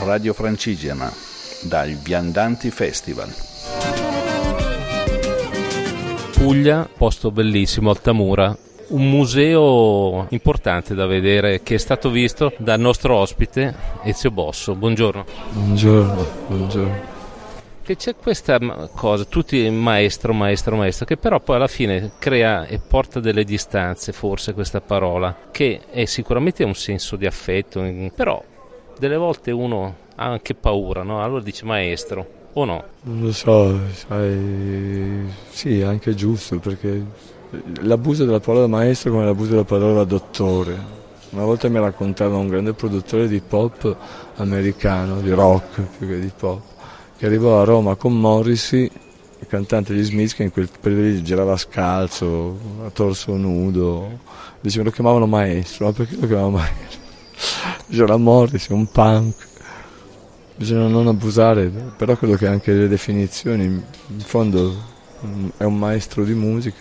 Radio Francigena, dal Viandanti Festival. Puglia, posto bellissimo, Altamura, un museo importante da vedere che è stato visto dal nostro ospite Ezio Bosso. Buongiorno. Buongiorno. Che c'è questa cosa, tutti maestro, che però poi alla fine crea e porta delle distanze, forse questa parola, che è sicuramente un senso di affetto, però delle volte uno ha anche paura, no? Allora dice maestro, o no? Non lo so, sai, sì, è anche giusto, perché l'abuso della parola maestro è come l'abuso della parola dottore. Una volta mi raccontava un grande produttore di pop americano, di rock più che di pop, che arrivò a Roma con Morrissey, il cantante degli Smith, che in quel periodo girava scalzo, a torso nudo. Dicevano, lo chiamavano maestro, ma perché lo chiamavano maestro? Diceva Morrissey, un punk. Bisogna non abusare, però credo che anche le definizioni, in fondo, è un maestro di musica,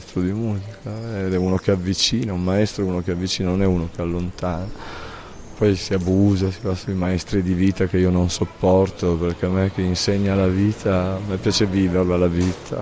ed è uno che avvicina, un maestro è uno che avvicina, non è uno che allontana. Poi si abusa, si va sui maestri di vita che io non sopporto, perché a me che insegna la vita, a me piace viverla la vita.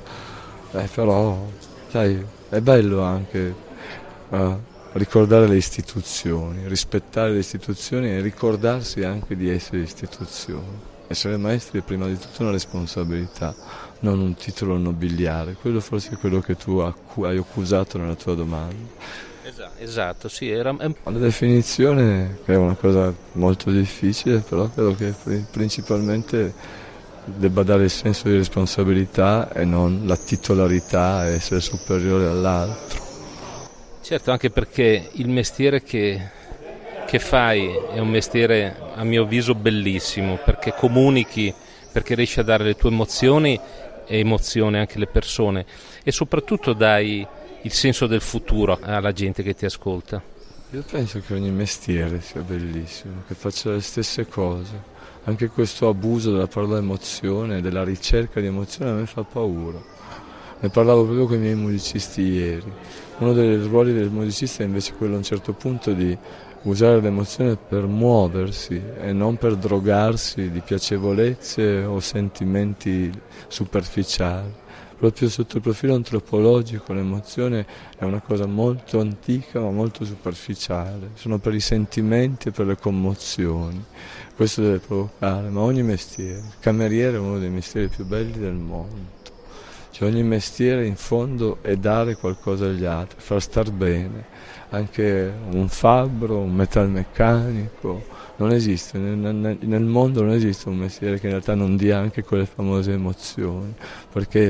Però, sai, è bello anche ricordare le istituzioni, rispettare le istituzioni e ricordarsi anche di essere istituzioni. Essere maestri è prima di tutto una responsabilità, non un titolo nobiliare. Quello forse è quello che tu hai accusato nella tua domanda. Esatto, sì. La definizione è una cosa molto difficile, però credo che principalmente debba dare il senso di responsabilità e non la titolarità, essere superiore all'altro. Certo, anche perché il mestiere che fai è un mestiere a mio avviso bellissimo, perché comunichi, perché riesci a dare le tue emozioni e emozione anche alle persone, e soprattutto dai il senso del futuro alla gente che ti ascolta. Io penso che ogni mestiere sia bellissimo, che faccia le stesse cose. Anche questo abuso della parola emozione, della ricerca di emozione, a me fa paura. Ne parlavo proprio con i miei musicisti ieri. Uno dei ruoli del musicista è invece quello a un certo punto di usare l'emozione per muoversi e non per drogarsi di piacevolezze o sentimenti superficiali. Proprio sotto il profilo antropologico l'emozione è una cosa molto antica ma molto superficiale, sono per i sentimenti e per le commozioni, questo deve provocare, ma ogni mestiere, il cameriere è uno dei mestieri più belli del mondo, cioè ogni mestiere in fondo è dare qualcosa agli altri, far star bene, anche un fabbro, un metalmeccanico. Non esiste, nel mondo non esiste un mestiere che in realtà non dia anche quelle famose emozioni, perché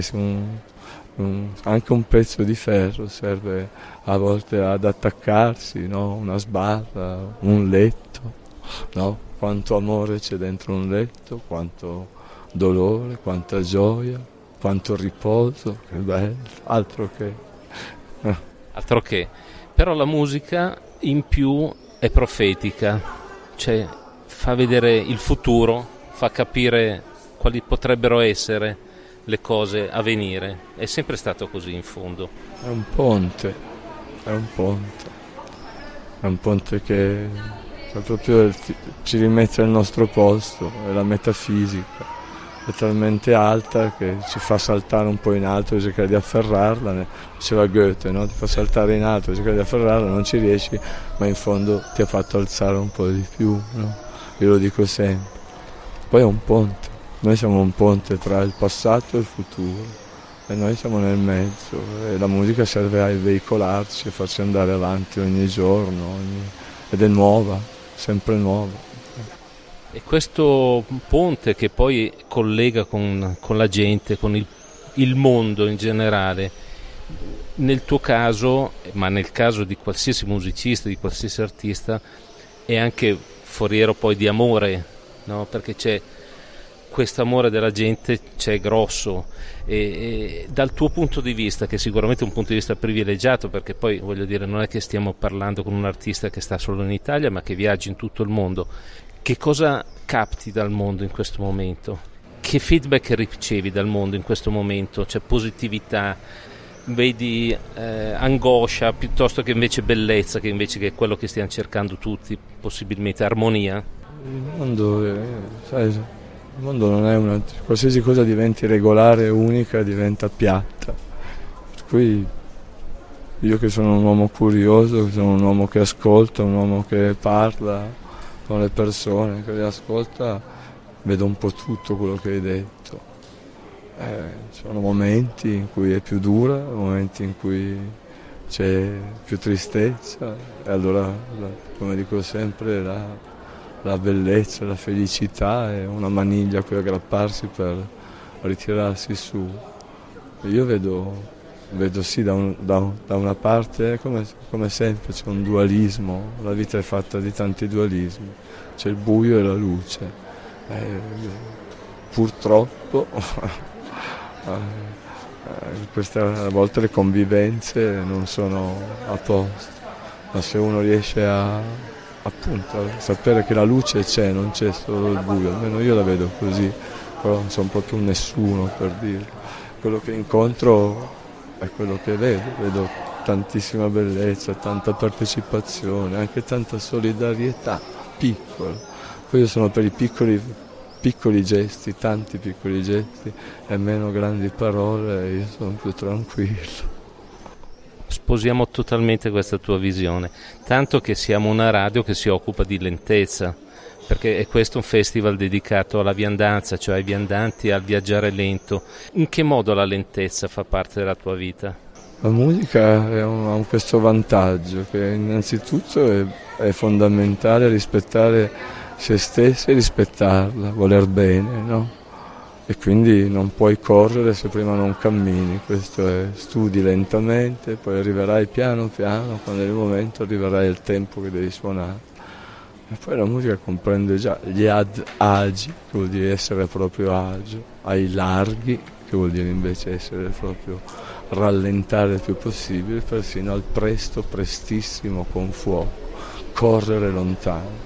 anche un pezzo di ferro serve a volte ad attaccarsi, no? Una sbarra, un letto, no? Quanto amore c'è dentro un letto, quanto dolore, quanta gioia, quanto riposo, che bello, altro che. Altro che, però la musica in più è profetica. Cioè fa vedere il futuro, fa capire quali potrebbero essere le cose a venire. È sempre stato così in fondo. È un ponte che proprio ci rimette al nostro posto, è la metafisica. È talmente alta che ci fa saltare un po' in alto e cercare di afferrarla, diceva Goethe, no? Ti fa saltare in alto e cercare di afferrarla, non ci riesci, ma in fondo ti ha fatto alzare un po' di più, no? Io lo dico sempre. Poi è un ponte, noi siamo un ponte tra il passato e il futuro e noi siamo nel mezzo e la musica serve a veicolarci e farci andare avanti ogni giorno ed è nuova, sempre nuova. E questo ponte che poi collega con la gente, con il mondo in generale, nel tuo caso, ma nel caso di qualsiasi musicista, di qualsiasi artista, è anche foriero poi di amore, no? Perché c'è questo amore della gente, c'è grosso, e dal tuo punto di vista, che sicuramente è un punto di vista privilegiato, perché poi voglio dire non è che stiamo parlando con un artista che sta solo in Italia ma che viaggia in tutto il mondo, che cosa capti dal mondo in questo momento? Che feedback ricevi dal mondo in questo momento? C'è positività, vedi angoscia piuttosto che invece bellezza, che invece che è quello che stiamo cercando tutti, possibilmente armonia? sai, il mondo non è qualsiasi cosa diventi regolare e unica diventa piatta. Per cui io che sono un uomo curioso, che sono un uomo che ascolta, un uomo che parla con le persone, che le ascolta, vedo un po' tutto quello che hai detto. Ci sono momenti in cui è più dura, momenti in cui c'è più tristezza e allora, come dico sempre, la bellezza, la felicità è una maniglia a cui aggrapparsi per ritirarsi su. Io vedo sì da una parte, come sempre, c'è un dualismo, la vita è fatta di tanti dualismi, c'è il buio e la luce. Purtroppo a volte le convivenze non sono a posto, ma se uno riesce appunto a sapere che la luce c'è, non c'è solo il buio, almeno io la vedo così, però non sono proprio un nessuno per dirlo. Quello che incontro è quello che vedo tantissima bellezza, tanta partecipazione, anche tanta solidarietà, piccola. Poi io sono per i piccoli gesti, tanti piccoli gesti e meno grandi parole, io sono più tranquillo. Sposiamo totalmente questa tua visione, tanto che siamo una radio che si occupa di lentezza, perché è questo un festival dedicato alla viandanza, cioè ai viandanti, al viaggiare lento. In che modo la lentezza fa parte della tua vita? La musica ha questo vantaggio, che innanzitutto è fondamentale rispettare se stessi e rispettarla, voler bene, no? E quindi non puoi correre se prima non cammini, questo è, studi lentamente, poi arriverai piano piano, quando è il momento arriverai al tempo che devi suonare. E poi la musica comprende già gli agi, che vuol dire essere proprio agio, ai larghi, che vuol dire invece essere proprio rallentare il più possibile, persino al presto, prestissimo, con fuoco, correre lontano.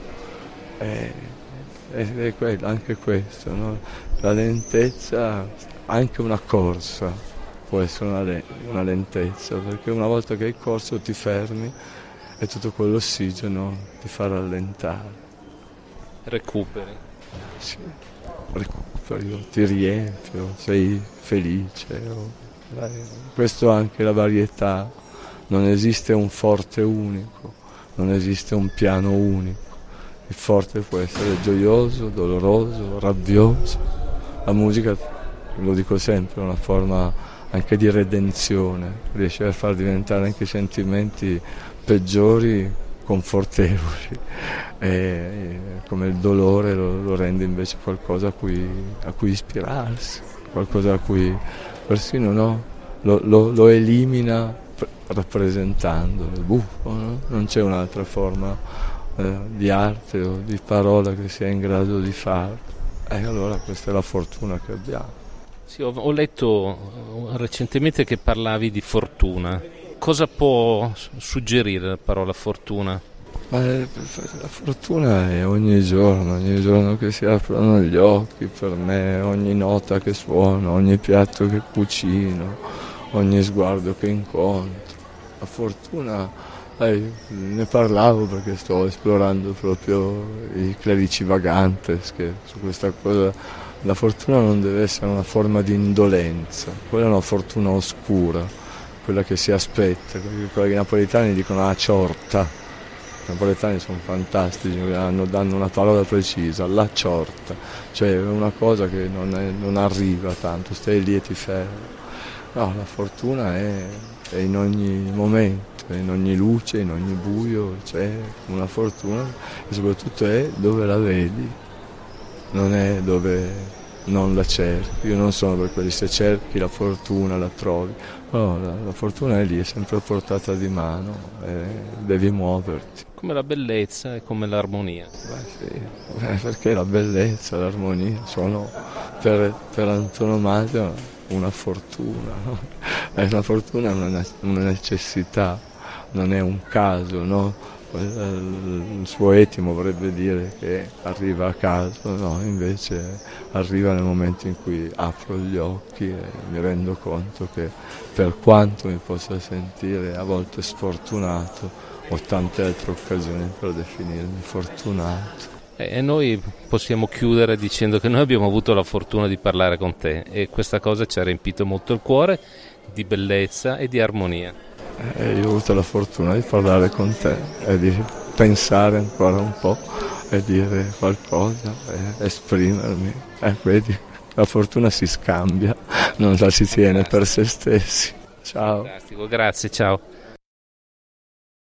È anche questo, no? La lentezza, anche una corsa può essere una lentezza, perché una volta che hai corso ti fermi e tutto quell'ossigeno ti fa rallentare. Recuperi. Sì, recuperi, ti riempio, sei felice. Questo anche la varietà, non esiste un forte unico, non esiste un piano unico. Il forte può essere gioioso, doloroso, rabbioso. La musica, lo dico sempre, è una forma anche di redenzione, riesce a far diventare anche i sentimenti peggiori confortevoli, e come il dolore lo rende invece qualcosa a cui ispirarsi, qualcosa a cui persino no, lo elimina rappresentandolo, il buffo, no? Non c'è un'altra forma di arte o di parola che sia in grado di farlo. E allora questa è la fortuna che abbiamo. Sì, ho letto recentemente che parlavi di fortuna. Cosa può suggerire la parola fortuna? Ma la fortuna è ogni giorno che si aprono gli occhi per me, ogni nota che suono, ogni piatto che cucino, ogni sguardo che incontro. La fortuna... ne parlavo perché sto esplorando proprio i clerici vagantes, che su questa cosa la fortuna non deve essere una forma di indolenza, quella è una fortuna oscura, quella che si aspetta, quella che i napoletani dicono ciorta, i napoletani sono fantastici, danno una parola precisa, la ciorta, cioè è una cosa che non arriva tanto, stai lì e ti fermi. No, la fortuna è in ogni momento, in ogni luce, in ogni buio c'è una fortuna e soprattutto è dove la vedi, non è dove non la cerchi. Io non sono per quelli, se cerchi la fortuna la trovi, no, la fortuna è lì, è sempre a portata di mano e devi muoverti. Come la bellezza e come l'armonia. Sì, perché la bellezza, l'armonia sono per antonomasia una fortuna, no? Una fortuna è una necessità, non è un caso, no? Il suo etimo vorrebbe dire che arriva a caso, no? Invece arriva nel momento in cui apro gli occhi e mi rendo conto che per quanto mi possa sentire a volte sfortunato, ho tante altre occasioni per definirmi fortunato. E noi possiamo chiudere dicendo che noi abbiamo avuto la fortuna di parlare con te e questa cosa ci ha riempito molto il cuore di bellezza e di armonia. Io ho avuto la fortuna di parlare con te e di pensare ancora un po' e dire qualcosa e esprimermi. Vedi, la fortuna si scambia, non la si tiene per se stessi. Ciao. Fantastico, grazie, ciao.